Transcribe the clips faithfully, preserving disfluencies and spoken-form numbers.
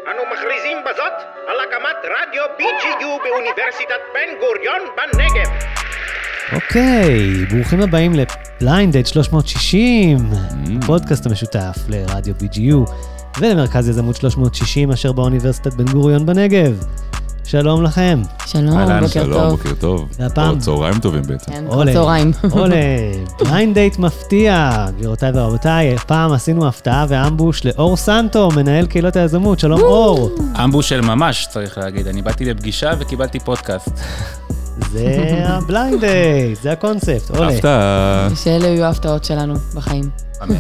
אנו מכריזים בזאת על הקמת רדיו בי ג'י יו באוניברסיטת בן גוריון בנגב. אוקיי, ברוכים הבאים לבליינד דייט שלוש מאות שישים, פודקאסט המשותף לרדיו בי ג'י יו ולמרכז יזמות שלוש מאות שישים אשר באוניברסיטת בן גוריון בנגב. שלום לכם. שלום, בוקר טוב. שלום, בוקר טוב. והפעם... או צהריים טובים בעצם. כן, או צהריים. עולה, בליינד דייט מפתיע. גבירותיי ורבותיי, פעם עשינו הפתעה ואמבוש לאור סנטו, מנהל קהילות היזמות. שלום אור. אמבוש של ממש, צריך להגיד. אני באתי לפגישה וקיבלתי פודקאסט. זה הבליינד דייט, זה הקונספט. עולה. הפתעה. שאלה יהיו ההפתעות שלנו בחיים. אמן.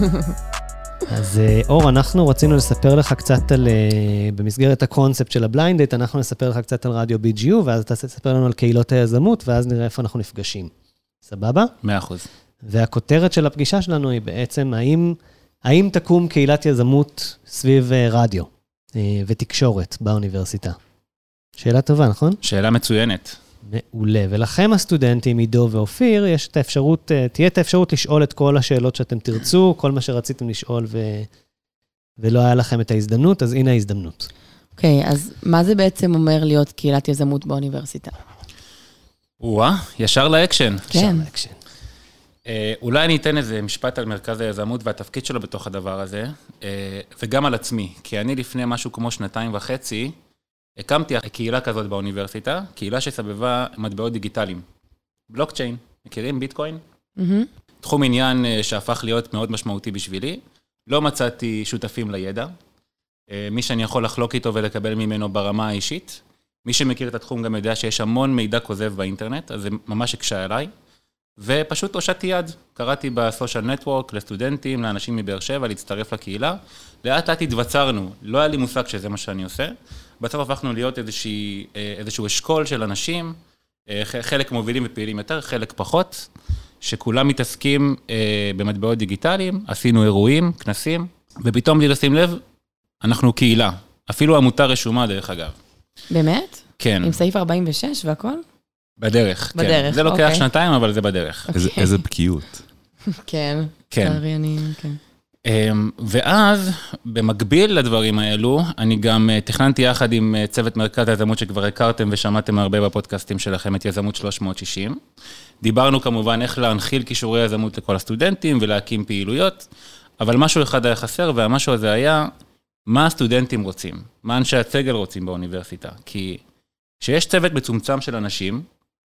אז אור, אנחנו רצינו לספר לך קצת על, במסגרת הקונספט של הבליינד דייט, אנחנו נספר לך קצת על רדיו בי ג'י יו, ואז אתה תספר לנו על קהילות היזמות, ואז נראה איפה אנחנו נפגשים. סבבה? מאה אחוז. והכותרת של הפגישה שלנו היא בעצם, האם, האם תקום קהילת יזמות סביב רדיו ותקשורת באוניברסיטה? שאלה טובה, נכון? שאלה מצוינת. מעולה, ולכם הסטודנטים, עידו ואופיר, יש את האפשרות, תהיה את האפשרות לשאול את כל השאלות שאתם תרצו, כל מה שרציתם לשאול ו... ולא היה לכם את ההזדמנות, אז הנה ההזדמנות. אוקיי, okay, אז מה זה בעצם אומר להיות קהילת יזמות באוניברסיטה? וואה, ישר לאקשן. כן. ישר לאקשן. אה, אולי אני אתן איזה משפט על מרכז היזמות והתפקיד שלו בתוך הדבר הזה, אה, וגם על עצמי, כי אני לפני משהו כמו שנתיים וחצי, הקמתי קהילה כזאת באוניברסיטה, קהילה שסבבה מטבעות דיגיטליים. בלוקצ'יין, מכירים ביטקוין? Mm-hmm. תחום עניין שהפך להיות מאוד משמעותי בשבילי. לא מצאתי שותפים לידע. מי שאני יכול לחלוק איתו ולקבל ממנו ברמה האישית. מי שמכיר את התחום גם יודע שיש המון מידע כוזב באינטרנט, אז זה ממש הקשה עליי. ופשוט הושטתי יד. קראתי בסושיאל נטוורק לסטודנטים, לאנשים מבאר שבע, להצטרף לקהילה. לאט לאט התבצרנו. לא היה לי מושג שזה מה שאני עושה. בסוף הפכנו להיות איזושהי, איזשהו אשכול של אנשים, חלק מובילים ופעילים יותר, חלק פחות, שכולם מתעסקים במטבעות דיגיטליים, עשינו אירועים, כנסים, ופתאום בלי לשים לב, אנחנו קהילה. אפילו עמותה רשומה דרך אגב. באמת? כן. עם סעיף ארבעים ושש והכל? בדרך, בדרך, כן. זה לוקח אוקיי. שנתיים, אבל זה בדרך. איזה, איזה בקיאות. כן. כן. תארי, אני, כן. ואז, במקביל לדברים האלו, אני גם תכננתי יחד עם צוות מרכז היזמות שכבר הכרתם ושמעתם הרבה בפודקאסטים שלכם את יזמות שלוש מאות שישים. דיברנו כמובן איך להנחיל כישורי יזמות לכל הסטודנטים ולהקים פעילויות, אבל משהו אחד היה חסר, והמשהו הזה היה, מה הסטודנטים רוצים? מה אנשי הסגל רוצים באוניברסיטה? כי שיש צוות מצומצם של אנשים,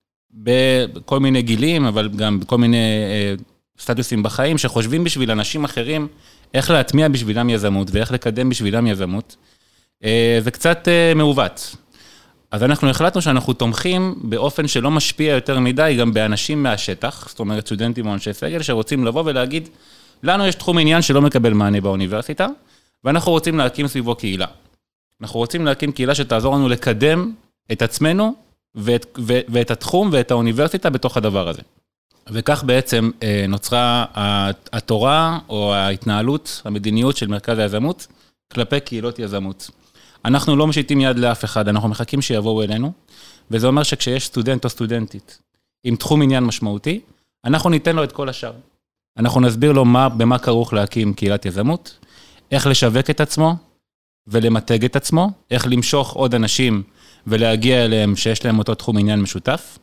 בכל מיני גילים, אבל גם בכל מיני סטטוסים בחיים, שחושבים בשביל אנשים אחרים, איך להטמיע בשבילם יזמות, ואיך לקדם בשבילם יזמות, זה קצת מעוות. אז אנחנו החלטנו שאנחנו תומכים באופן שלא משפיע יותר מדי, גם באנשים מהשטח, זאת אומרת, סטודנטים או אנשי סגל, שרוצים לבוא ולהגיד, לנו יש תחום עניין שלא מקבל מענה באוניברסיטה, ואנחנו רוצים להקים סביבו קהילה. אנחנו רוצים להקים קהילה שתעזור לנו לקדם את עצמנו, ואת, ו, ואת התחום ואת האוניברסיטה בתוך הדבר הזה. וכך בעצם נוצרה התורה או ההתנהלות, המדיניות של מרכז היזמות, כלפי קהילות יזמות. אנחנו לא משיתים יד לאף אחד, אנחנו מחכים שיבואו אלינו, וזה אומר שכשיש סטודנט או סטודנטית עם תחום עניין משמעותי, אנחנו ניתן לו את כל השאר. אנחנו נסביר לו מה, במה כרוך להקים קהילת יזמות, איך לשווק את עצמו ולמתג את עצמו, איך למשוך עוד אנשים ולהגיע אליהם שיש להם אותו תחום עניין משותף.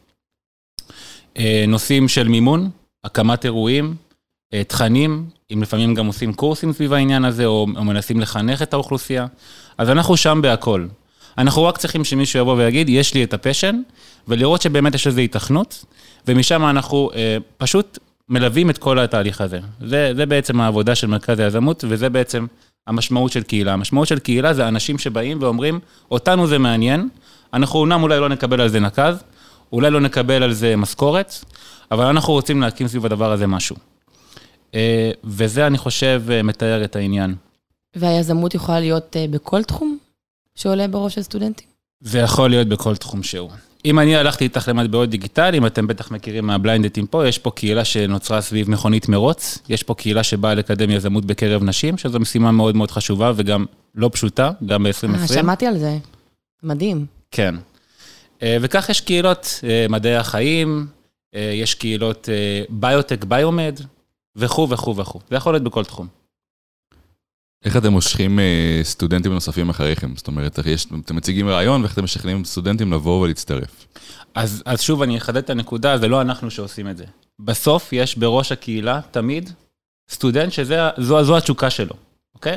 נושאים של מימון, הקמת אירועים, תכנים, אם לפעמים גם עושים קורסים סביב העניין הזה, או, או מנסים לחנך את האוכלוסייה, אז אנחנו שם בהכל. אנחנו רק צריכים שמישהו יבוא ויגיד, יש לי את הפשן, ולראות שבאמת יש לזה התכנות, ומשם אנחנו אה, פשוט מלווים את כל התהליך הזה. זה, זה בעצם העבודה של מרכז היזמות, וזה בעצם המשמעות של קהילה. המשמעות של קהילה זה אנשים שבאים ואומרים, אותנו זה מעניין, אנחנו אומנם אולי לא נקבל על זה נקז, אולי לא נקבל על זה משכורת, אבל אנחנו רוצים להקים סביב הדבר הזה משהו. וזה, אני חושב, מתאר את העניין. והיזמות יכולה להיות בכל תחום שעולה בראש של סטודנטים? זה יכול להיות בכל תחום שהוא. אם אני הלכתי איתך למטבעות דיגיטליים, אתם בטח מכירים מהבליינדטים פה, יש פה קהילה שנוצרה סביב מכונית מרוץ, יש פה קהילה שבאה לקדם יזמות בקרב נשים, שזו משימה מאוד מאוד חשובה וגם לא פשוטה, גם ב-עשרים עשרים. שמעתי על זה. מדהים. כן. וכך יש קהילות מדעי החיים, יש קהילות ביוטק, ביומד, וכו' וכו' וכו'. זה יכול להיות בכל תחום. איך אתם מושכים סטודנטים נוספים אחריכם? זאת אומרת, יש, אתם מציגים רעיון, ואיך אתם משכנעים סטודנטים לבוא ולהצטרף? אז, אז שוב, אני אחדד את הנקודה, זה לא אנחנו שעושים את זה. בסוף יש בראש הקהילה תמיד סטודנט שזו זו התשוקה שלו, אוקיי?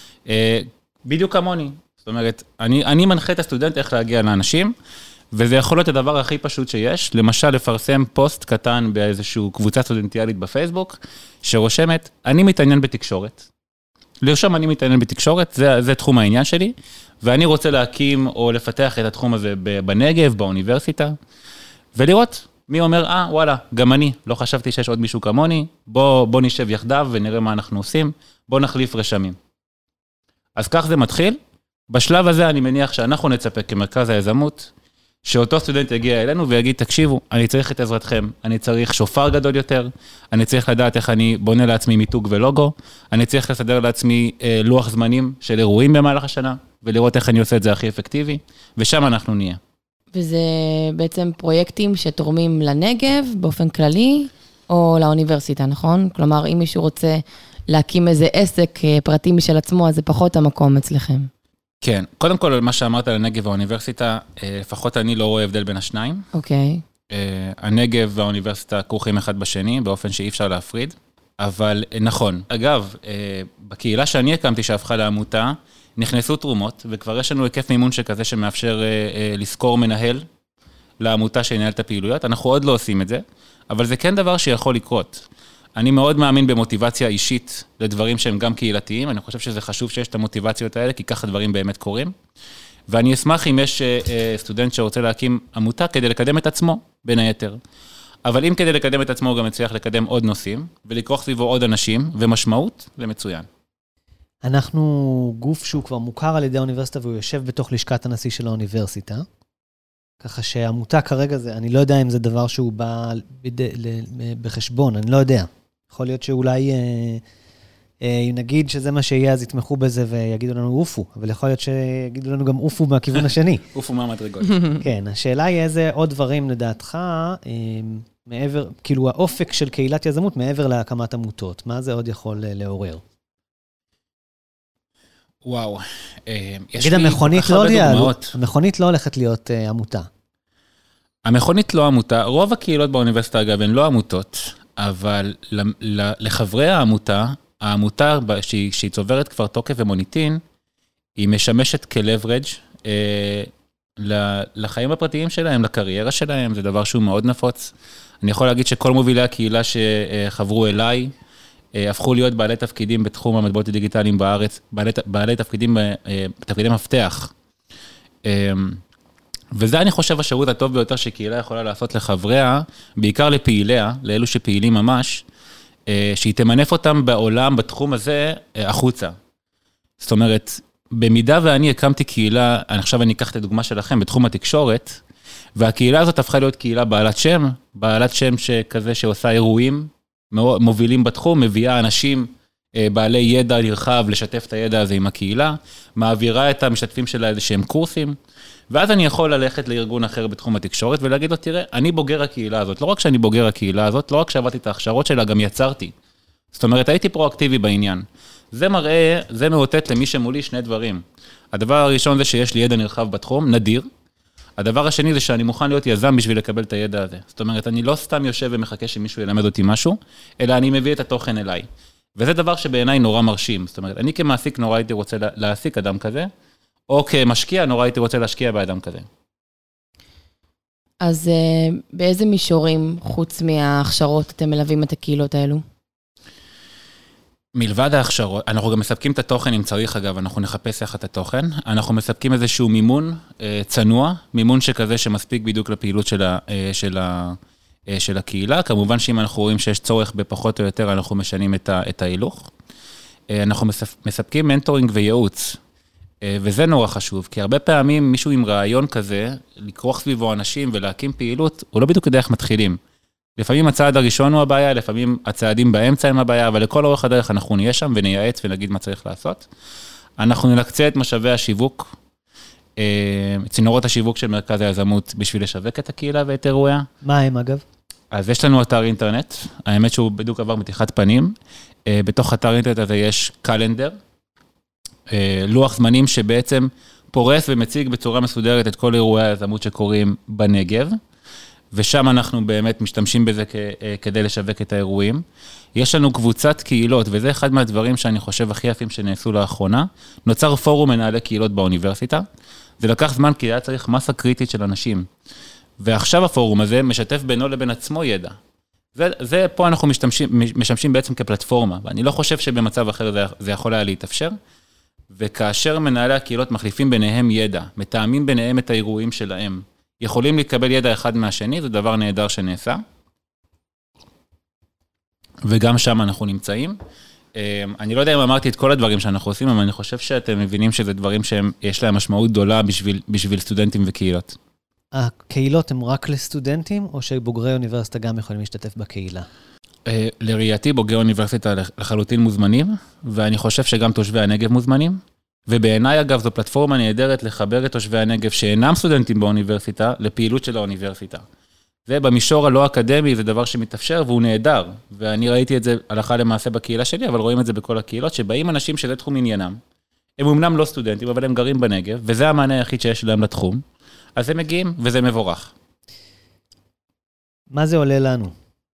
בדיוק כמוני. זאת אומרת, אני, אני מנחה את הסטודנט איך להגיע לאנשים, וזה יכול להיות הדבר הכי פשוט שיש, למשל לפרסם פוסט קטן באיזושהי קבוצה סטודנטיאלית בפייסבוק, שרושמת, אני מתעניין בתקשורת. לרשום אני מתעניין בתקשורת, זה, זה תחום העניין שלי, ואני רוצה להקים או לפתח את התחום הזה בנגב, באוניברסיטה, ולראות מי אומר, אה, וואלה, גם אני, לא חשבתי שיש עוד מישהו כמוני, בוא, בוא נשב יחדיו ונראה מה אנחנו עושים, בוא נחליף רשמים. אז כך זה מתחיל. בשלב הזה אני מניח שאנחנו נצפה כמרכז היזמות, שאותו סטודנט יגיע אלינו ויגיד, תקשיבו, אני צריך את עזרתכם, אני צריך שופר גדול יותר, אני צריך לדעת איך אני בונה לעצמי מיתוג ולוגו, אני צריך לסדר לעצמי אה, לוח זמנים של אירועים במהלך השנה, ולראות איך אני עושה את זה הכי אפקטיבי, ושם אנחנו נהיה. וזה בעצם פרויקטים שתורמים לנגב באופן כללי, או לאוניברסיטה, נכון? כלומר, אם מישהו רוצה להקים איזה עסק פרטי משל עצמו, אז זה פחות המקום אצלכם. כן, קודם כל, מה שאמרת על הנגב והאוניברסיטה, לפחות אני לא רואה הבדל בין השניים. אוקיי. הנגב והאוניברסיטה כרוכים אחד בשני, באופן שאי אפשר להפריד, אבל נכון. אגב, בקהילה שאני הקמתי שהפכה לעמותה, נכנסו תרומות, וכבר יש לנו היקף מימון שכזה שמאפשר לזכור מנהל לעמותה שינהל את הפעילויות. אנחנו עוד לא עושים את זה, אבל זה כן דבר שיכול לקרות. אני מאוד מאמין במוטיבציה אישית לדברים שהם גם קהילתיים, אני חושב שזה חשוב שיש את המוטיבציות האלה, כי ככה דברים באמת קורים. ואני אשמח אם יש סטודנט שרוצה להקים עמותה כדי לקדם את עצמו, בין היתר. אבל אם כדי לקדם את עצמו הוא גם מצליח לקדם עוד נושאים, ולקרוח סביבו עוד אנשים, ומשמעות, זה מצוין. אנחנו גוף שהוא כבר מוכר על ידי האוניברסיטה, והוא יושב בתוך לשכת הנשיא של האוניברסיטה. ככה שעמותה כרגע זה, אני לא יודע אם זה דבר שהוא בא בחשבון, אני לא יודע. יכול להיות שאולי, אם נגיד שזה מה שיהיה, אז יתמכו בזה ויגידו לנו אופו, אבל יכול להיות שיגידו לנו גם אופו מהכיוון השני. אופו מהמדרגות. כן, השאלה היא איזה עוד דברים לדעתך, מעבר, כאילו האופק של קהילת יזמות מעבר להקמת עמותות, מה זה עוד יכול לעורר? וואו, יש לי המכונית לא דוגמאות. המכונית לא הולכת להיות עמותה. המכונית לא עמותה, רוב הקהילות באוניברסיטה אגב הן לא עמותות, אבל לחברי העמותה, העמותה שהיא, שהיא צוברת כבר תוקף ומוניטין, היא משמשת כלברג' לחיים הפרטיים שלהם, לקריירה שלהם, זה דבר שהוא מאוד נפוץ. אני יכול להגיד שכל מובילי הקהילה שחברו אליי, הפכו להיות בעלי תפקידים בתחום המטבעות הדיגיטליים בארץ, בעלי, בעלי תפקידים, תפקידי מפתח. וזה אני חושב השירות הטוב ביותר שקהילה יכולה לעשות לחבריה, בעיקר לפעיליה, לאלו שפעילים ממש, שהיא תמנף אותם בעולם, בתחום הזה, החוצה. זאת אומרת, במידה ואני הקמתי קהילה, עכשיו אני אקח את הדוגמה שלכם, בתחום התקשורת, והקהילה הזאת הפכה להיות קהילה בעלת שם, בעלת שם שכזה שעושה אירועים, מובילים בתחום, מביאה אנשים בעלי ידע נרחב לשתף את הידע הזה עם הקהילה, מעבירה את המשתתפים שלה איזה שהם קורסים, ואז אני יכול ללכת לארגון אחר בתחום התקשורת ולהגיד לו, תראה, אני בוגר הקהילה הזאת, לא רק שאני בוגר הקהילה הזאת, לא רק שעבדתי את ההכשרות שלה, גם יצרתי. זאת אומרת, הייתי פרואקטיבי בעניין. זה מראה, זה מאותת למי שמולי שני דברים. הדבר הראשון זה שיש לי ידע נרחב בתחום, נדיר. הדבר השני זה שאני מוכן להיות יזם בשביל לקבל את הידע הזה. זאת אומרת, אני לא סתם יושב ומחכה שמישהו ילמד אותי משהו, אלא אני מביא את התוכן אליי. וזה דבר שבעיניי נורא מרשים. זאת אומרת, אני כמעסיק נורא הייתי רוצה להעסיק אדם כזה, או כמשקיע נורא הייתי רוצה להשקיע באדם כזה. אז באיזה מישורים, חוץ מההכשרות, אתם מלווים את הקהילות האלו? מלבד ההכשרות, אנחנו גם מספקים את התוכן אם צריך, אגב, אנחנו נחפש איך את התוכן, אנחנו מספקים איזשהו מימון אה, צנוע, מימון שכזה שמספיק בדיוק לפעילות של, ה, אה, של, ה, אה, של הקהילה, כמובן שאם אנחנו רואים שיש צורך בפחות או יותר, אנחנו משנים את, ה, את ההילוך. אה, אנחנו מספ, מספקים מנטורינג וייעוץ, אה, וזה נורא חשוב, כי הרבה פעמים מישהו עם רעיון כזה, לקרוח סביבו אנשים ולהקים פעילות, הוא לא בדיוק יודע איך מתחילים. לפעמים הצעד הראשון הוא הבעיה, לפעמים הצעדים באמצע הם הבעיה, אבל לכל אורך הדרך אנחנו נהיה שם ונייעץ ונגיד מה צריך לעשות. אנחנו נקצה את משאבי השיווק, צינורות השיווק של מרכז היזמות בשביל לשווק את הקהילה ואת אירועיה. מה הם אגב? אז יש לנו אתר אינטרנט, האמת שהוא בדיוק עבר מתיחת פנים, בתוך אתר אינטרנט הזה יש קלנדר, לוח זמנים שבעצם פורס ומציג בצורה מסודרת את כל אירועי היזמות שקורים בנגב, ושם אנחנו באמת משתמשים בזה כדי לשווק את האירועים. יש לנו קבוצת קהילות, וזה אחד מהדברים שאני חושב הכי יפים שנעשו לאחרונה. נוצר פורום מנהלי קהילות באוניברסיטה. זה לקח זמן כי היה צריך מסה קריטית של אנשים. ועכשיו הפורום הזה משתף בינו לבין עצמו ידע. זה, זה פה אנחנו משתמשים, משתמשים בעצם כפלטפורמה, ואני לא חושב שבמצב אחר זה, זה יכול היה להתאפשר. וכאשר מנהלי הקהילות מחליפים ביניהם ידע, מתאמים ביניהם את האירועים שלהם, יכולים להתקבל ידע אחד מהשני, זה דבר נהדר שנעשה. וגם שם אנחנו נמצאים. אני לא יודע אם אמרתי את כל הדברים שאנחנו עושים, אבל אני חושב שאתם מבינים שזה דברים שיש להם משמעות גדולה בשביל, בשביל סטודנטים וקהילות. הקהילות הן רק לסטודנטים, או שבוגרי אוניברסיטה גם יכולים להשתתף בקהילה? לראייתי, בוגרי אוניברסיטה לחלוטין מוזמנים, ואני חושב שגם תושבי הנגב מוזמנים. ובעיניי, אגב, זו פלטפורמה נהדרת לחבר את תושבי הנגב שאינם סטודנטים באוניברסיטה, לפעילות של האוניברסיטה. זה במישור הלא אקדמי, זה דבר שמתאפשר והוא נהדר. ואני ראיתי את זה הלכה למעשה בקהילה שלי, אבל רואים את זה בכל הקהילות, שבאים אנשים שזה תחום עניינם. הם אומנם לא סטודנטים, אבל הם גרים בנגב, וזה המענה היחיד שיש להם לתחום. אז הם מגיעים, וזה מבורך. מה זה עולה לנו?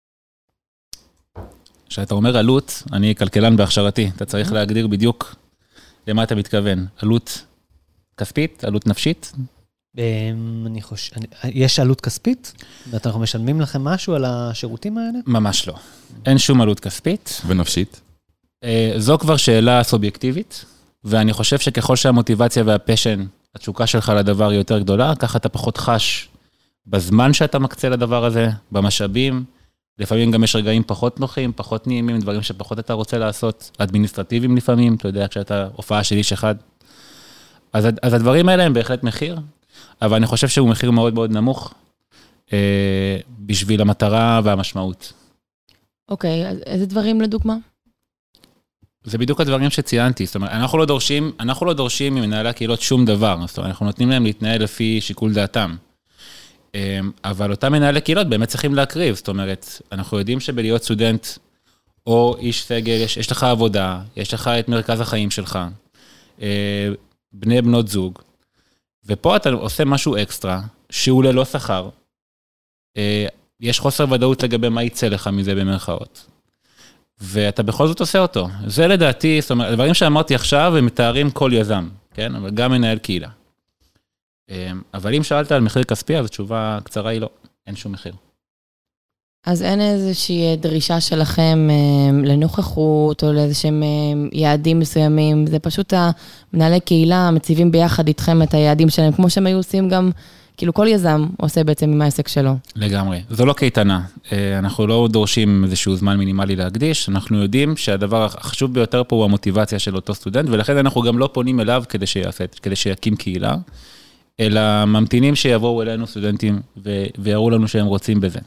כשאתה אומר עלות, אני כלכלן בהכשרתי. אתה צריך להגדיר בדיוק למה אתה מתכוון. עלות כספית, עלות נפשית? אני חושב, יש עלות כספית? ואנחנו משלמים לכם משהו על השירותים האלה? ממש לא. אין שום עלות כספית. ונפשית? זו כבר שאלה סובייקטיבית, ואני חושב שככל שהמוטיבציה והפשן, התשוקה שלך לדבר היא יותר גדולה, ככה אתה פחות חש בזמן שאתה מקצה לדבר הזה, במשאבים, לפעמים גם יש רגעים פחות נוחים, פחות נעימים, דברים שפחות אתה רוצה לעשות, אדמיניסטרטיביים לפעמים, אתה יודע, כשאתה הופעה של איש אחד. אז, אז הדברים האלה הם בהחלט מחיר, אבל אני חושב שהוא מחיר מאוד מאוד נמוך, אה, בשביל המטרה והמשמעות. אוקיי, אז איזה דברים לדוגמה? זה בדיוק הדברים שציינתי, זאת אומרת, אנחנו לא דורשים, אנחנו לא דורשים ממנהלי הקהילות שום דבר, זאת אומרת, אנחנו נותנים להם להתנהל לפי שיקול דעתם. אבל אותם מנהלי קהילות באמת צריכים להקריב, זאת אומרת, אנחנו יודעים שבלהיות סטודנט או איש סגל, יש, יש לך עבודה, יש לך את מרכז החיים שלך, בני בנות זוג, ופה אתה עושה משהו אקסטרה, שהוא ללא שכר, יש חוסר ודאות לגבי מה יצא לך מזה במרכאות, ואתה בכל זאת עושה אותו. זה לדעתי, זאת אומרת, הדברים שאמרתי עכשיו, הם מתארים כל יזם, כן? אבל גם מנהל קהילה. אבל אם שאלת על מחיר כספי, אז התשובה הקצרה היא לא, אין שום מחיר. אז אין איזושהי דרישה שלכם לנוכחות, או לאיזשהם יעדים מסוימים, זה פשוט המנהלי קהילה מציבים ביחד איתכם את היעדים שלהם, כמו שהם היו עושים גם, כאילו כל יזם עושה בעצם עם העסק שלו. לגמרי, זו לא קייטנה, אנחנו לא דורשים איזשהו זמן מינימלי להקדיש, אנחנו יודעים שהדבר החשוב ביותר פה הוא המוטיבציה של אותו סטודנט, ולכן אנחנו גם לא פונים אליו כדי שיעשה, כדי שיקים קהילה, אלא ממתינים שיבואו אלינו סטודנטים ויראו לנו שהם רוצים בזה.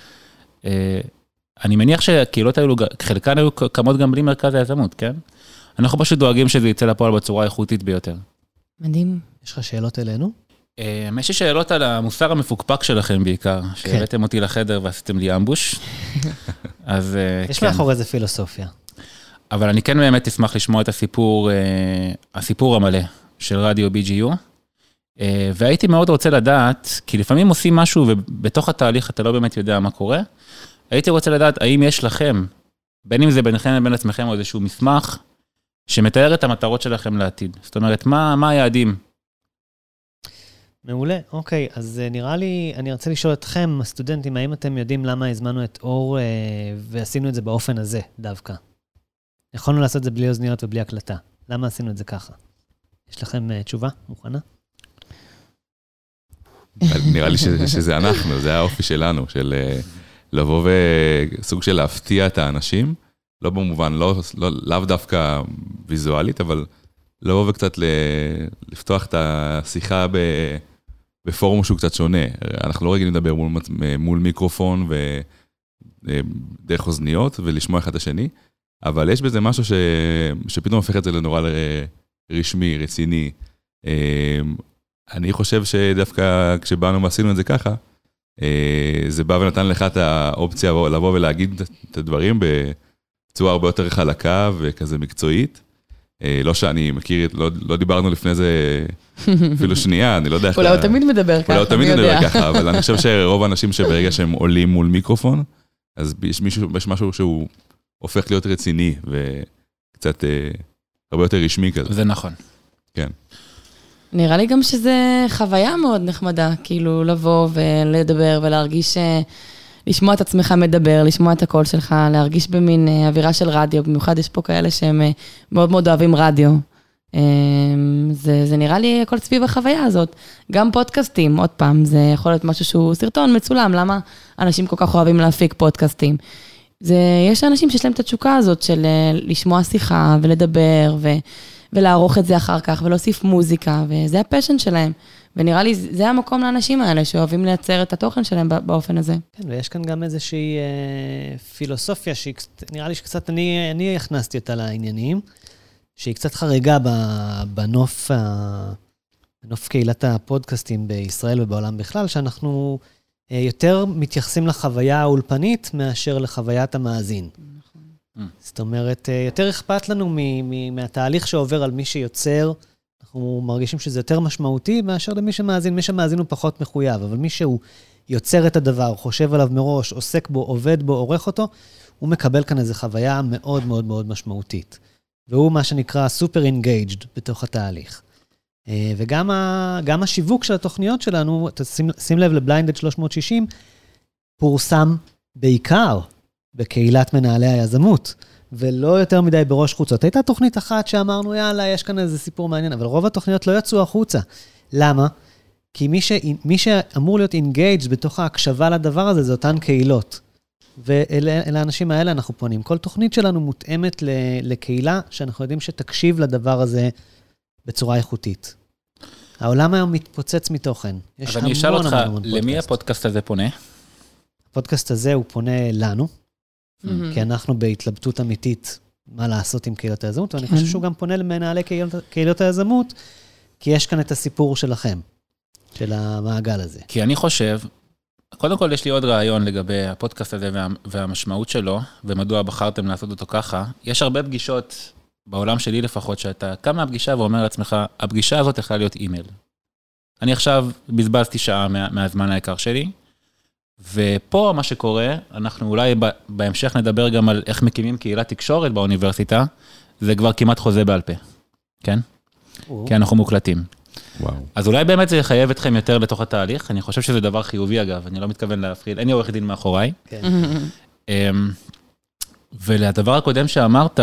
אני מניח שהקהילות האלו, חלקן היו קמות גם בלי מרכז היזמות, כן? אנחנו פשוט דואגים שזה יצא לפועל בצורה איכותית ביותר. מדהים. יש לך שאלות אלינו? יש לי שאלות על המוסר המפוקפק שלכם בעיקר, שהבאתם אותי לחדר ועשיתם לי אמבוש. אז יש מאחורי זה פילוסופיה. אבל אני כן באמת אשמח לשמוע את הסיפור, הסיפור המלא של רדיו בי ג'י יו. והייתי מאוד רוצה לדעת, כי לפעמים עושים משהו ובתוך התהליך אתה לא באמת יודע מה קורה, הייתי רוצה לדעת האם יש לכם, בין אם זה ביניכם לבין עצמכם או איזשהו מסמך, שמתאר את המטרות שלכם לעתיד. זאת אומרת, מה, מה היעדים? מעולה, אוקיי, אז נראה לי, אני רוצה לשאול אתכם, הסטודנטים, האם אתם יודעים למה הזמנו את אור ועשינו את זה באופן הזה דווקא? יכולנו לעשות את זה בלי אוזניות ובלי הקלטה. למה עשינו את זה ככה? יש לכם תשובה מוכנה? נראה לי שזה אנחנו, זה האופי שלנו, של לבוא וסוג של להפתיע את האנשים, לא במובן, לאו דוקא ויזואלית, אבל לבוא וקצת לפתוח את השיחה בפורום שהוא קצת שונה. אנחנו לא רגילים לדבר מול מיקרופון ודרך אוזניות ולשמוע אחד השני, אבל יש בזה משהו שפתאום הופך את זה לנורא רשמי, רציני. אני חושב שדווקא כשבאנו ועשינו את זה ככה, זה בא ונתן לך את האופציה לבוא ולהגיד את הדברים בצורה הרבה יותר חלקה וכזה מקצועית, לא שאני מכיר, לא, לא דיברנו לפני זה אפילו שנייה, אני לא יודע איך... אולי הוא תמיד מדבר ככה, אולי הוא תמיד מדבר ככה, אבל אני חושב שרוב האנשים שברגע שהם עולים מול מיקרופון, אז יש מישהו, יש משהו שהוא הופך להיות רציני, וקצת הרבה יותר רשמי כזה. זה נכון. כן. נראה לי גם שזה חוויה מאוד נחמדה, כאילו לבוא ולדבר ולהרגיש, לשמוע את עצמך מדבר, לשמוע את הקול שלך, להרגיש במין אווירה של רדיו, במיוחד יש פה כאלה שהם מאוד מאוד אוהבים רדיו. זה, זה נראה לי הכל סביב החוויה הזאת. גם פודקאסטים, עוד פעם, זה יכול להיות משהו שהוא סרטון מצולם, למה אנשים כל כך אוהבים להפיק פודקאסטים? זה, יש אנשים שיש להם את התשוקה הזאת של לשמוע שיחה ולדבר ו... ולערוך את זה אחר כך, ולהוסיף מוזיקה, וזה הפשן שלהם. ונראה לי, זה המקום לאנשים האלה, שאוהבים לייצר את התוכן שלהם באופן הזה. כן, ויש כאן גם איזושהי אה, פילוסופיה, שנראה לי שקצת, אני, אני הכנסתי אותה לעניינים, שהיא קצת חריגה בנוף, בנוף קהילת הפודקאסטים בישראל ובעולם בכלל, שאנחנו אה, יותר מתייחסים לחוויה האולפנית, מאשר לחוויית המאזין. זאת אומרת, יותר אכפת לנו מהתהליך שעובר על מי שיוצר, אנחנו מרגישים שזה יותר משמעותי, מאשר למי שמאזין, מי שמאזין הוא פחות מחויב, אבל מי שהוא יוצר את הדבר, חושב עליו מראש, עוסק בו, עובד בו, עורך אותו, הוא מקבל כאן איזו חוויה מאוד מאוד מאוד משמעותית. והוא מה שנקרא super engaged בתוך התהליך. וגם ה, גם השיווק של התוכניות שלנו, שים, שים לב לבליינדד שלוש מאות שישים, פורסם בעיקר, בקהילת מנהלי היזמות, ולא יותר מדי בראש חוצות. הייתה תוכנית אחת שאמרנו, יאללה, יש כאן איזה סיפור מעניין, אבל רוב התוכניות לא יצאו החוצה. למה? כי מי, ש... מי שאמור להיות engaged בתוך ההקשבה לדבר הזה, זה אותן קהילות. ואל האנשים האלה אנחנו פונים. כל תוכנית שלנו מותאמת ל... לקהילה, שאנחנו יודעים שתקשיב לדבר הזה בצורה איכותית. העולם היום מתפוצץ מתוכן. אז אני אשאל אותך, למי הפודקאסט הזה פונה? הפודקאסט הזה הוא פונה לנו, כי אנחנו בהתלבטות אמיתית מה לעשות עם קהילות היזמות, ואני חושב שהוא גם פונה למנהלי קהילות היזמות, כי יש כאן את הסיפור שלכם, של המעגל הזה. כי אני חושב, קודם כל יש לי עוד רעיון לגבי הפודקאסט הזה והמשמעות שלו, ומדוע בחרתם לעשות אותו ככה. יש הרבה פגישות, בעולם שלי לפחות, שאתה קם מהפגישה ואומר לעצמך, הפגישה הזאת יכולה להיות אימייל. אני עכשיו בזבזתי שעה מהזמן העיקר שלי, ופה מה שקורה, אנחנו אולי בהמשך נדבר גם על איך מקימים קהילת תקשורת באוניברסיטה, זה כבר כמעט חוזה בעל פה, כן? כי אנחנו מוקלטים. וואו. אז אולי באמת זה יחייב אתכם יותר לתוך התהליך, אני חושב שזה דבר חיובי אגב, אני לא מתכוון להפחיד, אין לי עורך דין מאחוריי. ולדבר הקודם שאמרת,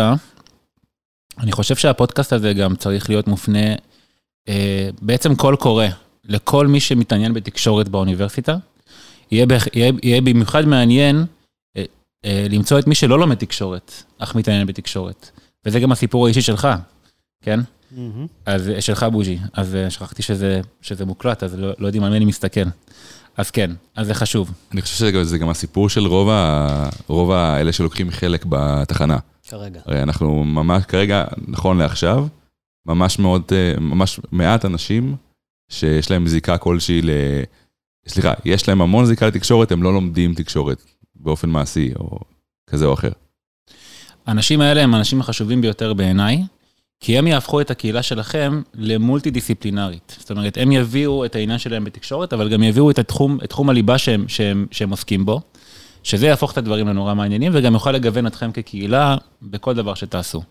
אני חושב שהפודקאסט הזה גם צריך להיות מופנה, בעצם קול קורא, לכל מי שמתעניין בתקשורת באוניברסיטה, יהיה, יהיה, יהיה במיוחד מעניין אה, אה, למצוא את מי שלא לומד תקשורת, אך מתעניין בתקשורת. וזה גם הסיפור האישי שלך, כן? Mm-hmm. אז שלך בוז'י, אז שכחתי שזה, שזה מוקלט, אז לא, לא יודעים על מי אני מסתכל. אז כן, אז זה חשוב. אני חושב שזה גם, זה גם הסיפור של רוב, ה, רוב האלה שלוקחים חלק בתחנה. כרגע. הרי אנחנו ממש, כרגע, נכון לעכשיו, ממש מאוד, ממש מעט אנשים שיש להם זיקה כלשהי ל... סליחה, יש להם המון זיקה לתקשורת, הם לא לומדים תקשורת באופן מעשי או כזה או אחר. האנשים האלה הם האנשים החשובים ביותר בעיניי, כי הם יהפכו את הקהילה שלכם למולטי דיסציפלינרית. זאת אומרת, הם יביאו את העניין שלהם בתקשורת, אבל גם יביאו את התחום, את תחום הליבה שהם, שהם, שהם עוסקים בו, שזה יהפוך את הדברים לנורא מעניינים, וגם יוכל לגוון אתכם כקהילה בכל דבר שתעשו.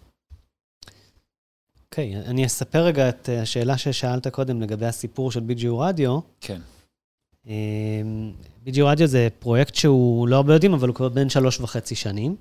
אוקיי, okay, אני אספר רגע את השאלה ששאלת קודם לגבי הסיפור של בי ג'י יו רדיו. כן. בי ג'י יו רדיו זה פרויקט שהוא לא הרבה יודעים, אבל הוא כבר בין שלוש וחצי שנים.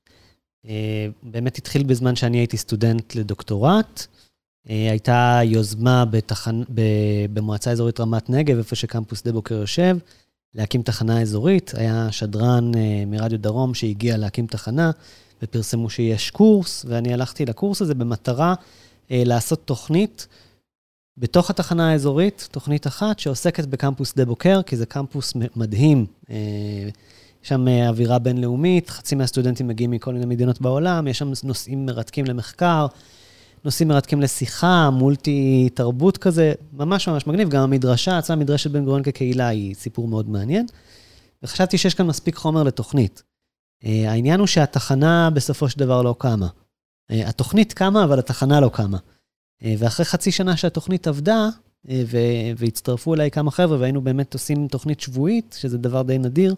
באמת התחיל בזמן שאני הייתי סטודנט לדוקטורט. הייתה יוזמה בתחנ... במועצה אזורית רמת נגב, איפה שקמפוס שדה בוקר יושב, להקים תחנה אזורית. היה שדרן מרדיו דרום שהגיע להקים תחנה, ופרסמו שיש קורס, ואני הלכתי לקורס הזה במטרה לעשות תוכנית, בתוך התחנה האזורית, תוכנית אחת שעוסקת בקמפוס שדה בוקר, כי זה קמפוס מדהים. יש שם אווירה בינלאומית, חצי מהסטודנטים מגיעים מכל מיני מדינות בעולם, יש שם נושאים מרתקים למחקר, נושאים מרתקים לשיחה, מולטי תרבות כזה, ממש ממש מגניב. גם המדרשה, עצמה מדרשת בן גוריון כקהילה, היא סיפור מאוד מעניין. וחשבתי שיש כאן מספיק חומר לתוכנית. העניין הוא שהתחנה בסופו של דבר לא קמה. התוכנית קמה, אבל התחנה לא קמה. ואחרי חצי שנה שהתוכנית עבדה, והצטרפו אליי כמה חבר'ה, והיינו באמת עושים תוכנית שבועית, שזה דבר די נדיר,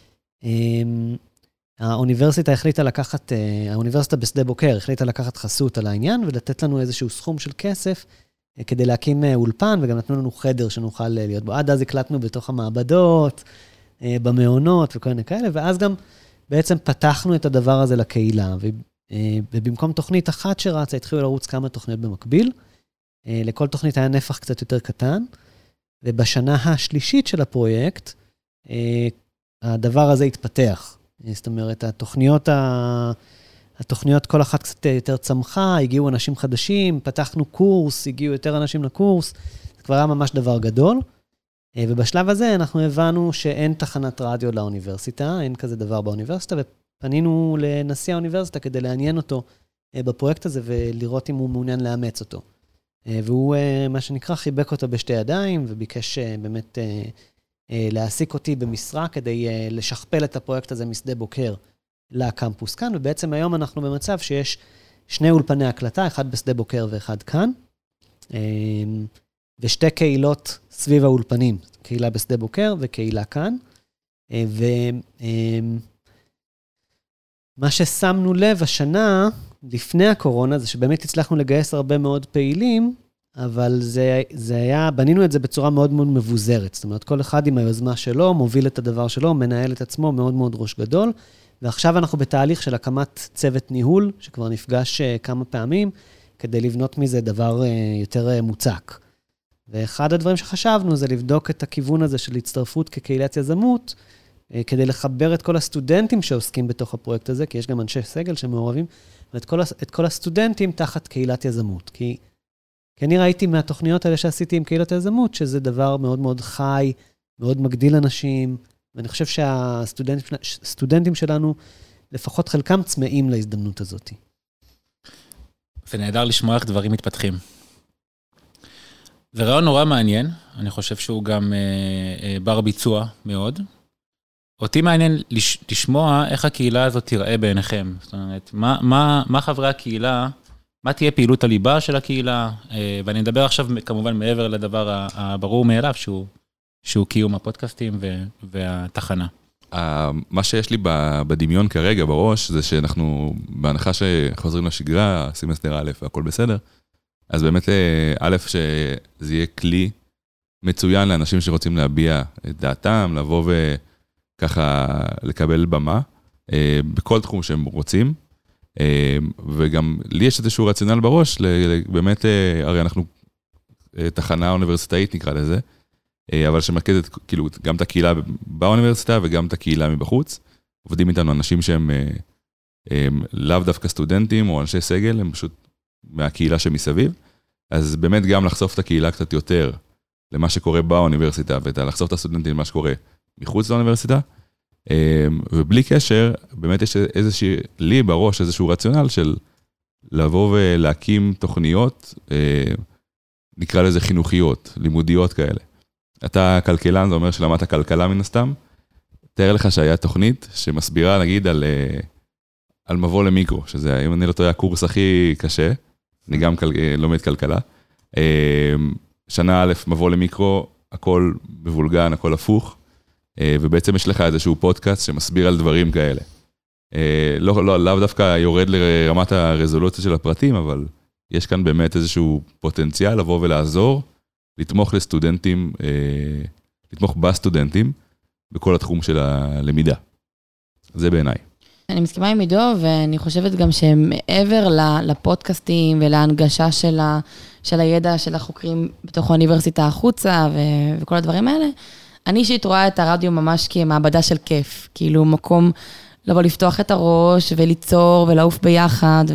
האוניברסיטה החליטה לקחת, האוניברסיטה בשדה בוקר החליטה לקחת חסות על העניין, ולתת לנו איזשהו סכום של כסף, כדי להקים אולפן, וגם נתנו לנו חדר שנוכל להיות בו. עד אז הקלטנו בתוך המעבדות, במעונות וכל מיני כאלה, ואז גם בעצם פתחנו את הדבר הזה לקהילה, ובמקום תוכנית אחת שרצה, התחילו לרוץ כמה תוכניות במקביל, לכל תוכנית היה נפח קצת יותר קטן, ובשנה השלישית של הפרויקט, הדבר הזה התפתח. זאת אומרת, התוכניות, התוכניות כל אחת קצת יותר צמחה, הגיעו אנשים חדשים, פתחנו קורס, הגיעו יותר אנשים לקורס, זה כבר היה ממש דבר גדול, ובשלב הזה אנחנו הבנו שאין תחנת רדיו לאוניברסיטה, אין כזה דבר באוניברסיטה, ופנינו לנשיא האוניברסיטה כדי לעניין אותו בפרויקט הזה, ולראות אם הוא מעוניין לאמץ אותו. והוא, מה שנקרא, חיבק אותו בשתי ידיים, וביקש באמת להעסיק אותי במשרה, כדי לשכפל את הפרויקט הזה משדה בוקר לקמפוס כאן, ובעצם היום אנחנו במצב שיש שני אולפני הקלטה, אחד בשדה בוקר ואחד כאן, ושתי קהילות סביב האולפנים, קהילה בשדה בוקר וקהילה כאן, ומה ששמנו לב השנה, לפני הקורונה, זה שבאמת הצלחנו לגייס הרבה מאוד פעילים, אבל זה, זה היה, בנינו את זה בצורה מאוד מאוד מבוזרת, זאת אומרת, כל אחד עם היוזמה שלו, מוביל את הדבר שלו, מנהל את עצמו, מאוד מאוד ראש גדול, ועכשיו אנחנו בתהליך של הקמת צוות ניהול, שכבר נפגש כמה פעמים, כדי לבנות מזה דבר יותר מוצק. ואחד הדברים שחשבנו זה לבדוק את הכיוון הזה של הצטרפות כקהילת יזמות, כדי לחבר את כל הסטודנטים שעוסקים בתוך הפרויקט הזה, כי יש גם אנשי סגל שמעורבים, ואת כל, את כל הסטודנטים תחת קהילת יזמות. כי, כי אני ראיתי מהתוכניות האלה שעשיתי עם קהילת יזמות, שזה דבר מאוד מאוד חי, מאוד מגדיל אנשים, ואני חושב שהסטודנטים שלנו, לפחות חלקם צמאים להזדמנות הזאת. זה נהדר לשמוע איך דברים מתפתחים. זה רעיון נורא מעניין, אני חושב שהוא גם אה, אה, בר ביצוע מאוד. אותי מעניין לש, לשמוע איך הקהילה הזאת תראה בעיניכם. זאת אומרת, מה, מה, מה חברי הקהילה, מה תהיה פעילות הליבה של הקהילה, אה, ואני מדבר עכשיו כמובן מעבר לדבר הברור מאליו, שהוא, שהוא קיום הפודקאסטים ו, והתחנה. מה שיש לי בדמיון כרגע בראש, זה שאנחנו, בהנחה שחוזרים לשגרה, סמסטר א' והכל בסדר, אז באמת, א', שזה יהיה כלי מצוין לאנשים שרוצים להביע את דעתם, לבוא וככה לקבל במה, בכל תחום שהם רוצים, וגם לי יש איזשהו רציונל בראש, באמת, הרי אנחנו תחנה אוניברסיטאית נקרא לזה, אבל שמרכזת כאילו גם את הקהילה באוניברסיטה וגם את הקהילה מבחוץ, עובדים איתנו אנשים שהם לאו דווקא סטודנטים או אנשי סגל, הם פשוט מהקהילה שמסביב, אז באמת גם לחשוף את הקהילה קצת יותר למה שקורה באוניברסיטה, ולחשוף את הסטודנטים למה שקורה מחוץ לאוניברסיטה, ובלי קשר, באמת יש איזושהי, לי בראש איזשהו רציונל של לבוא ולהקים תוכניות, נקרא לזה חינוכיות, לימודיות כאלה. אתה כלכלן, זה אומר שלמדת כלכלה מן הסתם, תאר לך שהיה תוכנית שמסבירה נגיד על, על מבוא למיקרו, שזה, אם אני לא טועה, הקורס הכי קשה, אני גם כל, לומד כלכלה. שנה א', מבוא למיקרו, הכל מבולגן, הכל הפוך, ובעצם יש לך איזשהו פודקאסט שמסביר על דברים כאלה. לא, לא, לאו דווקא יורד לרמת הרזולוציה של הפרטים, אבל יש כאן באמת איזשהו פוטנציאל לבוא ולעזור, לתמוך לסטודנטים, לתמוך בסטודנטים, בכל התחום של הלמידה. זה בעיניי. אני מסכימה עם עידו, ואני חושבת גם שמעבר לפודקאסטים ולהנגשה של, ה, של הידע של החוקרים בתוך האוניברסיטה החוצה ו, וכל הדברים האלה, אני אישית רואה את הרדיו ממש כמעבדה של כיף, כאילו מקום לבוא לפתוח את הראש וליצור ולעוף ביחד,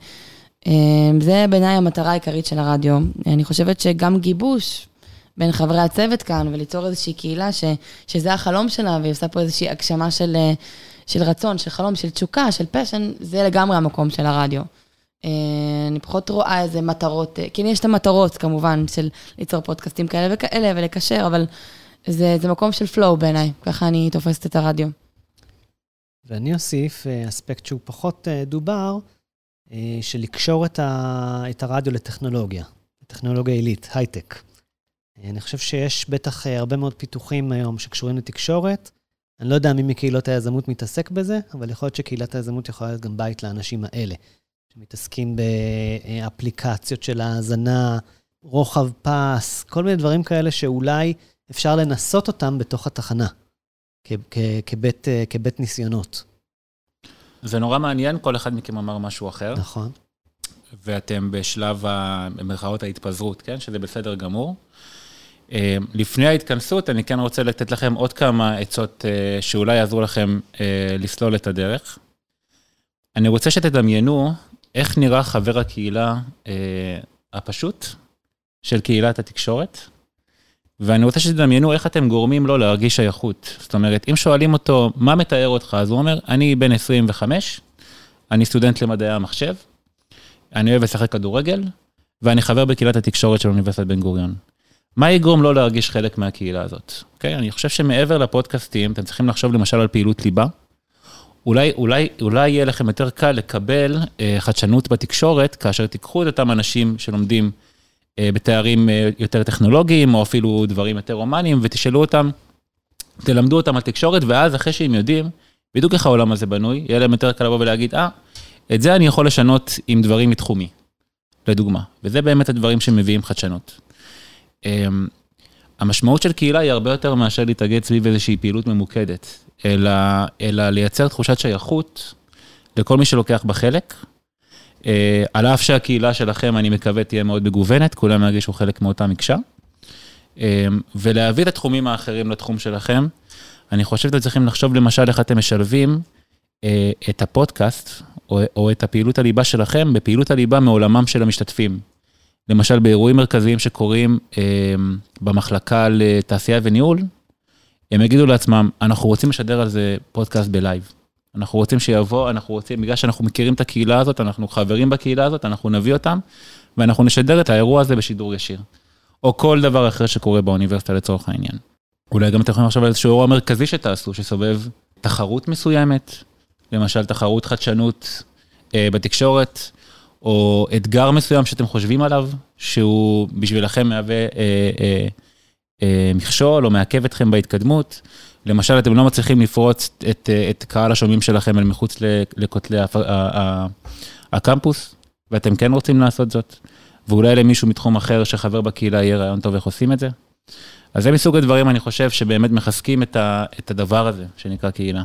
וזה בעיניי המטרה העיקרית של הרדיו. אני חושבת שגם גיבוש בין חברי הצוות כאן, וליצור איזושהי קהילה ש, שזה החלום שלה, והיא עושה פה איזושהי הגשמה של... של רצון, של חלום, של תשוקה, של פשן, זה לגמרי המקום של הרדיו. אני פחות רואה איזה מטרות, כי יש את המטרות כמובן, של ליצור פודקאסטים כאלה וכאלה, ולקשר, אבל זה, זה מקום של פלואו בעיניי, ככה אני תופסת את הרדיו. ואני אוסיף אספקט שהוא פחות דובר, של לקשור את, ה, את הרדיו לטכנולוגיה, טכנולוגיה עילית, הייטק. אני חושב שיש בטח הרבה מאוד פיתוחים היום שקשורים לתקשורת. אני לא יודע מי מקהילות היזמות מתעסק בזה, אבל יכול להיות שקהילת היזמות יכולה להיות גם בית לאנשים האלה, שמתעסקים באפליקציות של ההאזנה, רוחב פס, כל מיני דברים כאלה שאולי אפשר לנסות אותם בתוך התחנה, כ- כ- כבית, כבית ניסיונות. זה נורא מעניין, כל אחד מכם אמר משהו אחר. נכון. ואתם בשלב במרכאות ההתפזרות, כן? שזה בסדר גמור. לפני ההתכנסות, אני כן רוצה לתת לכם עוד כמה עצות שאולי יעזרו לכם לסלול את הדרך. אני רוצה שתדמיינו איך נראה חבר הקהילה הפשוט של קהילת התקשורת, ואני רוצה שתדמיינו איך אתם גורמים לו להרגיש שייכות. זאת אומרת, אם שואלים אותו, מה מתאר אותך? אז הוא אומר, אני בן עשרים וחמש, אני סטודנט למדעי המחשב, אני אוהב לשחק כדורגל, ואני חבר בקהילת התקשורת של אוניברסיטת בן גוריון. מה יגרום לו להרגיש חלק מהקהילה הזאת? אוקיי? אני חושב שמעבר לפודקאסטים, אתם צריכים לחשוב למשל על פעילות ליבה. אולי, אולי, אולי יהיה לכם יותר קל לקבל אה, חדשנות בתקשורת, כאשר תיקחו את אותם אנשים שלומדים אה, בתארים אה, יותר טכנולוגיים, או אפילו דברים יותר רומניים, ותשאלו אותם, תלמדו אותם על תקשורת, ואז אחרי שהם יודעים, בדיוק איך העולם הזה בנוי, יהיה להם יותר קל לבוא ולהגיד, אה, את זה אני יכול לשנות עם דברים מתחומי, לדוגמה. וזה באמת הדברים שמביאים חדשנות. המשמעות של קהילה היא הרבה יותר מאשר להתאגד סביב איזושהי פעילות ממוקדת, אלא, אלא לייצר תחושת שייכות לכל מי שלוקח בחלק. על אף שהקהילה שלכם, אני מקווה, תהיה מאוד מגוונת, כולם ירגישו חלק מאותה מקשה. ולהביא את התחומים האחרים לתחום שלכם. אני חושב שאתם צריכים לחשוב למשל איך אתם משלבים את הפודקאסט, או, או את הפעילות הליבה שלכם, בפעילות הליבה מעולמם של המשתתפים. למשל, באירועים מרכזיים שקורים אה, במחלקה לתעשייה וניהול, הם יגידו לעצמם, אנחנו רוצים לשדר על זה פודקאסט בלייב. אנחנו רוצים שיבוא, אנחנו רוצים, בגלל שאנחנו מכירים את הקהילה הזאת, אנחנו חברים בקהילה הזאת, אנחנו נביא אותם, ואנחנו נשדר את האירוע הזה בשידור ישיר. או כל דבר אחר שקורה באוניברסיטה לצורך העניין. אולי גם אתם יכולים לחשוב על איזשהו אירוע מרכזי שתעשו, שסובב תחרות מסוימת, למשל תחרות חדשנות אה, בתקשורת, או אתגר מסוים שאתם חושבים עליו, שהוא בשבילכם מהווה אה, אה, אה, מכשול, או מעכב אתכם בהתקדמות. למשל, אתם לא מצליחים לפרוץ את, את קהל השומעים שלכם אל מחוץ לכותלי הקמפוס, ואתם כן רוצים לעשות זאת, ואולי למישהו מתחום אחר שחבר בקהילה יהיה רעיון טוב איך עושים את זה. אז זה מסוג הדברים, אני חושב, שבאמת מחזקים את, ה, את הדבר הזה, שנקרא קהילה.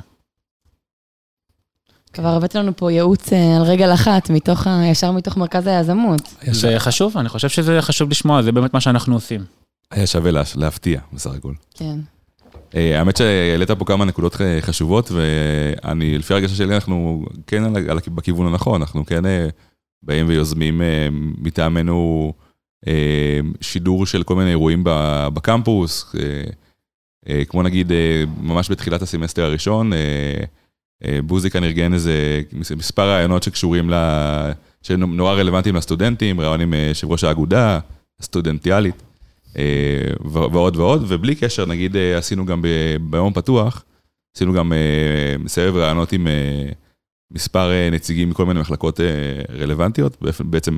כבר הבאת לנו פה ייעוץ על רגל אחת, מתוך, ישר מתוך מרכז היזמות. זה חשוב, אני חושב שזה חשוב לשמוע, זה באמת מה שאנחנו עושים. היה שווה להפתיע, בסך הכל. כן. האמת שהעלית פה כמה נקודות חשובות, ואני, לפי הרגשה שלי, אנחנו כן בכיוון הנכון, אנחנו כן באים ויוזמים מטעמנו שידור של כל מיני אירועים בקמפוס, כמו נגיד, ממש בתחילת הסמסטר הראשון, בוזיק ארגן איזה מספר רעיונות שקשורים, שנורא רלוונטיים לסטודנטים, רעיון עם יושב ראש האגודה, הסטודנטיאלית, ועוד ועוד, ובלי קשר, נגיד, עשינו גם ביום פתוח, עשינו גם סבב רעיונות עם מספר נציגים מכל מיני מחלקות רלוונטיות, בעצם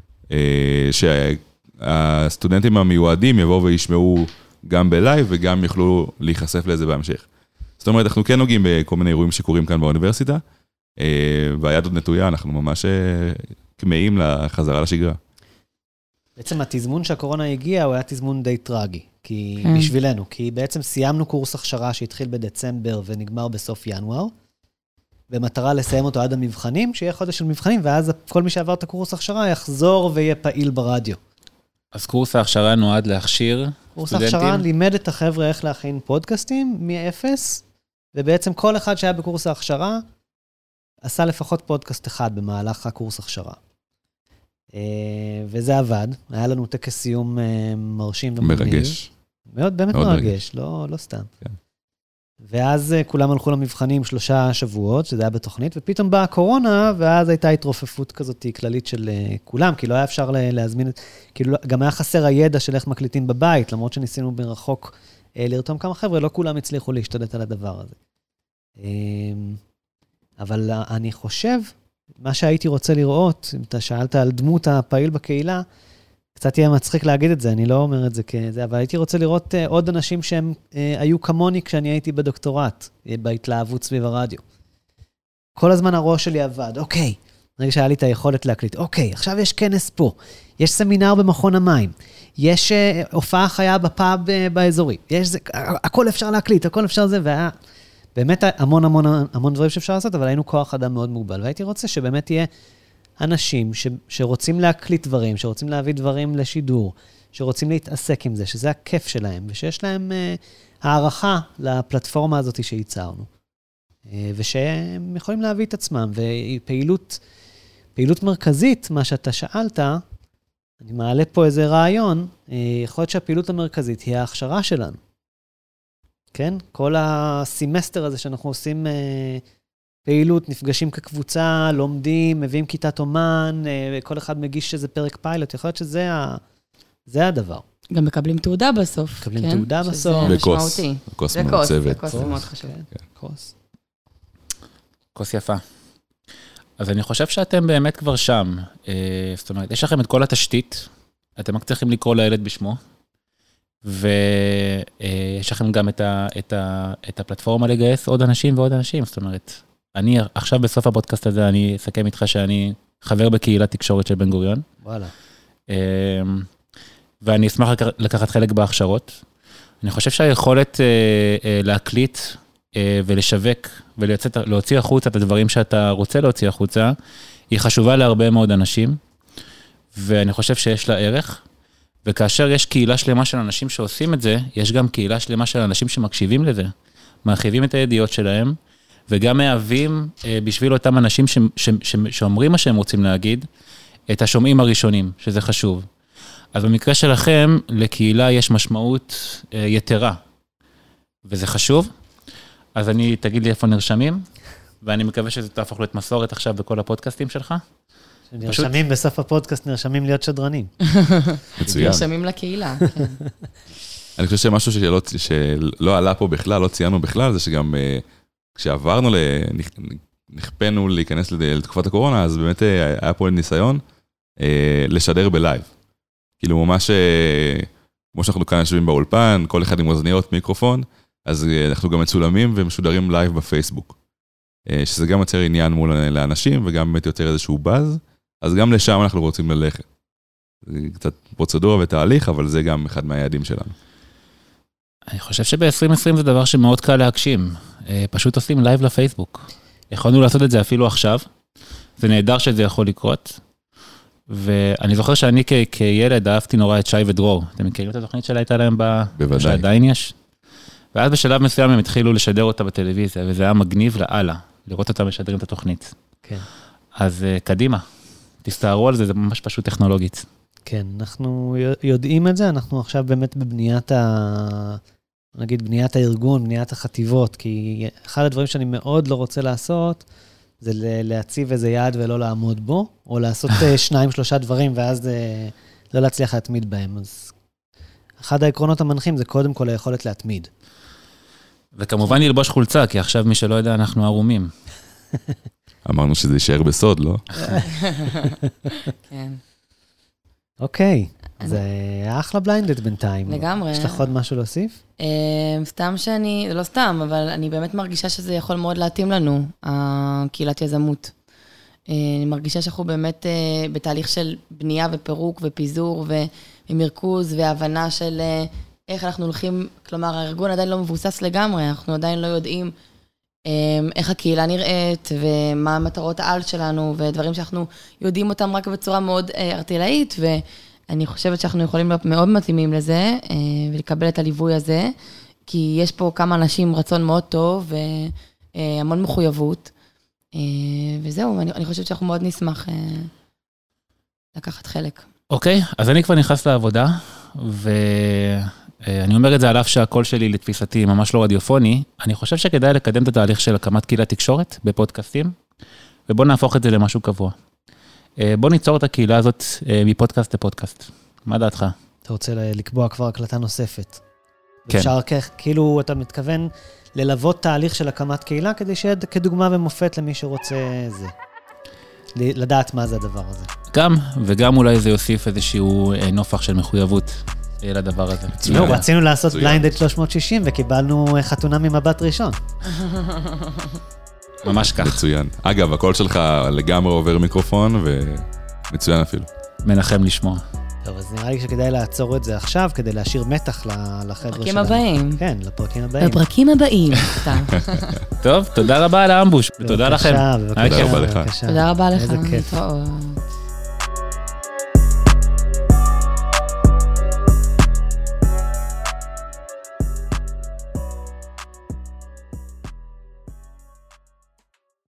שהסטודנטים המיועדים יבואו וישמעו גם בלייב, וגם יוכלו להיחשף לזה בהמשך. זאת אומרת, אנחנו כן נוגעים בכל מיני אירועים שקורים כאן באוניברסיטה, והיד עוד נטויה, אנחנו ממש כמאים לחזרה לשגרה. בעצם התזמון שהקורונה הגיעה, הוא היה תזמון די טרגי, כי בשבילנו, כי בעצם סיימנו קורס הכשרה שהתחיל בדצמבר ונגמר בסוף ינואר, במטרה לסיים אותו עד המבחנים, שיהיה חודש של מבחנים, ואז כל מי שעבר את הקורס הכשרה יחזור ויהיה פעיל ברדיו. אז קורס ההכשרה נועד להכשיר סטודנטים? קורס ההכשרה לימד את החבר'ה איך להכין פודקאסטים מאפס, ובעצם כל אחד שהיה בקורס ההכשרה, עשה לפחות פודקאסט אחד במהלך הקורס הכשרה. וזה עבד, היה לנו טקס סיום מרשים ומגניב. מרגש. מאוד, באמת מאוד מרגש, מרגש. לא, לא סתם. כן. ואז כולם הלכו למבחנים שלושה שבועות, שזה היה בתוכנית, ופתאום באה הקורונה, ואז הייתה התרופפות כזאת כללית של כולם, כי לא היה אפשר להזמין את, כאילו גם היה חסר הידע של איך מקליטים בבית, למרות שניסינו ברחוק לרתום כמה חבר'ה, לא כולם הצליחו להשתלט על הדבר הזה. אבל אני חושב מה שהייתי רוצה לראות, אם אתה שאלת על דמות הפעיל בקהילה, קצת יהיה מצחיק להגיד את זה, אני לא אומר את זה כזה, אבל הייתי רוצה לראות uh, עוד אנשים שהם uh, היו כמוני כשאני הייתי בדוקטורט, uh, בהתלהבות סביב הרדיו. כל הזמן הראש שלי עבד, אוקיי, רגע שהיה לי את היכולת להקליט, אוקיי, עכשיו יש כנס פה, יש סמינר במכון המים, יש uh, הופעה חיה בפאב uh, באזורי, יש זה, הכל אפשר להקליט, הכל אפשר זה, והיה באמת המון המון המון דברים שאפשר לעשות, אבל היינו כוח אדם מאוד מוגבל, והייתי רוצה שבאמת תהיה אנשים ש, שרוצים להקליט דברים, שרוצים להביא דברים לשידור, שרוצים להתעסק עם זה, שזה הכיף שלהם, ושיש להם uh, הערכה לפלטפורמה הזאת שייצרנו. Uh, ושהם יכולים להביא את עצמם, ופעילות פעילות מרכזית, מה שאתה שאלת, אני מעלה פה איזה רעיון, uh, יכול להיות שהפעילות המרכזית היא ההכשרה שלנו. כן? כל הסימסטר הזה שאנחנו עושים... Uh, פעילות, נפגשים כקבוצה, לומדים, מביאים כיתת אומן, כל אחד מגיש איזה פרק פיילוט, יכול להיות שזה ה... זה הדבר. גם מקבלים תעודה בסוף. מקבלים כן? תעודה בסוף. שזה וכוס. משמעותי. וכוס וכוס, מעוצבת. וכוס זה מאוד חשוב. כן, כוס. כוס יפה. אז אני חושב שאתם באמת כבר שם. זאת אומרת, יש לכם את כל התשתית, אתם רק צריכים לקרוא לילד בשמו, ויש לכם גם את, ה, את, ה, את הפלטפורמה לגייס עוד אנשים ועוד אנשים. זאת אומרת, אני עכשיו בסוף הפודקאסט הזה, אני אסכם איתך שאני חבר בקהילת תקשורת של בן גוריון. וואלה. ואני אשמח לקחת חלק בהכשרות. אני חושב שהיכולת להקליט ולשווק ולהוציא החוצה את הדברים שאתה רוצה להוציא החוצה, היא חשובה להרבה מאוד אנשים, ואני חושב שיש לה ערך, וכאשר יש קהילה שלמה של אנשים שעושים את זה, יש גם קהילה שלמה של אנשים שמקשיבים לזה, מרחיבים את הידיעות שלהם, וגם מהווים בשביל אותם אנשים ש, ש, ש, שאומרים מה שהם רוצים להגיד, את השומעים הראשונים, שזה חשוב. אז במקרה שלכם, לקהילה יש משמעות יתרה, וזה חשוב. אז אני, תגיד לי איפה נרשמים, ואני מקווה שזה תהפוך להיות מסורת עכשיו בכל הפודקאסטים שלך. נרשמים בסוף הפודקאסט, נרשמים להיות שדרנים. מצוין. נרשמים לקהילה, כן. אני חושב שמשהו שלא, שלא עלה פה בכלל, לא ציינו בכלל, זה שגם כשעברנו, נכפנו להיכנס לתקופת הקורונה, אז באמת היה פה ניסיון לשדר בלייב. כאילו ממש, כמו שאנחנו כאן יושבים באולפן, כל אחד עם אוזניות, מיקרופון, אז אנחנו גם מצולמים ומשודרים לייב בפייסבוק. שזה גם יוצר עניין מול לאנשים, וגם באמת יוצר איזשהו באז, אז גם לשם אנחנו רוצים ללכת. זה קצת פרוצדורה ותהליך, אבל זה גם אחד מהיעדים שלנו. אני חושב שב-עשרים עשרים זה דבר שמאוד קל להגשים. פשוט עושים לייב לפייסבוק. יכולנו לעשות את זה אפילו עכשיו. זה נהדר שזה יכול לקרות. ואני זוכר שאני כ- כילד אהבתי נורא את שי ודרור. אתם מכירים את התוכנית שלה הייתה להם ב... בוודאי. שעדיין יש? ואז בשלב מסוים הם התחילו לשדר אותה בטלוויזיה, וזה היה מגניב לאללה, לראות אותם משדרים את התוכנית. כן. אז קדימה, תסתערו על זה, זה ממש פשוט טכנולוגית. כן, אנחנו יודעים את זה, אנחנו עכשיו באמת בבניית ה... נגיד, בניית הארגון, בניית החטיבות, כי אחד הדברים שאני מאוד לא רוצה לעשות, זה להציב איזה יעד ולא לעמוד בו, או לעשות שניים, שלושה דברים, ואז לא להצליח להתמיד בהם. אז אחד העקרונות המנחים זה קודם כל היכולת להתמיד. וכמובן ללבוש חולצה, כי עכשיו מי שלא יודע, אנחנו ערומים. אמרנו שזה יישאר בסוד, לא? כן. אוקיי, זה אחלה בליינדד בינתיים. לגמרי. יש לך עוד משהו להוסיף? סתם שאני, לא סתם, אבל אני באמת מרגישה שזה יכול מאוד להתאים לנו, הקהילת יזמות. אני מרגישה שאנחנו באמת בתהליך של בנייה ופירוק ופיזור ומרכוז והבנה של איך אנחנו הולכים, כלומר, הארגון עדיין לא מבוסס לגמרי, אנחנו עדיין לא יודעים איך הקהילה נראית ומה המטרות העל שלנו ודברים שאנחנו יודעים אותם רק בצורה מאוד ארטילאית, ואני חושבת שאנחנו יכולים להיות מאוד מתאימים לזה ולקבל את הליווי הזה, כי יש פה כמה אנשים רצון מאוד טוב והמון מחויבות, וזהו, אני, אני חושבת שאנחנו מאוד נשמח לקחת חלק. אוקיי, אז אני כבר נכנס לעבודה, ואני אומר את זה על אף שהקול שלי לתפיסתי ממש לא רדיופוני, אני חושב שכדאי לקדם את התהליך של הקמת קהילת תקשורת בפודקאסטים, ובוא נהפוך את זה למשהו קבוע. בוא ניצור את הקהילה הזאת מפודקאסט לפודקאסט. מה דעתך? אתה רוצה לקבוע כבר הקלטה נוספת. כן. אפשר כאילו, אתה מתכוון ללוות תהליך של הקמת קהילה, כדי שיהיה כדוגמה ומופת למי שרוצה זה. לדעת מה זה הדבר הזה. גם, וגם אולי זה יוסיף איזשהו נופח של מחויבות לדבר הזה. לא, רצינו לעשות בליינדד שלוש מאות שישים וקיבלנו חתונה ממבט ראשון. ממש כך. מצוין. אגב, הקול שלך לגמרי עובר מיקרופון, ומצוין אפילו. מנחם לשמוע. טוב, אז נראה לי שכדאי לעצור את זה עכשיו, כדי להשאיר מתח לחבר'ה שלנו. לפרקים הבאים. כן, לפרקים הבאים. לפרקים הבאים. טוב, תודה רבה על האמבוש, ותודה לכם. בבקשה, בבקשה. תודה רבה לך. תודה רבה לך. איזה כיף. להתראות.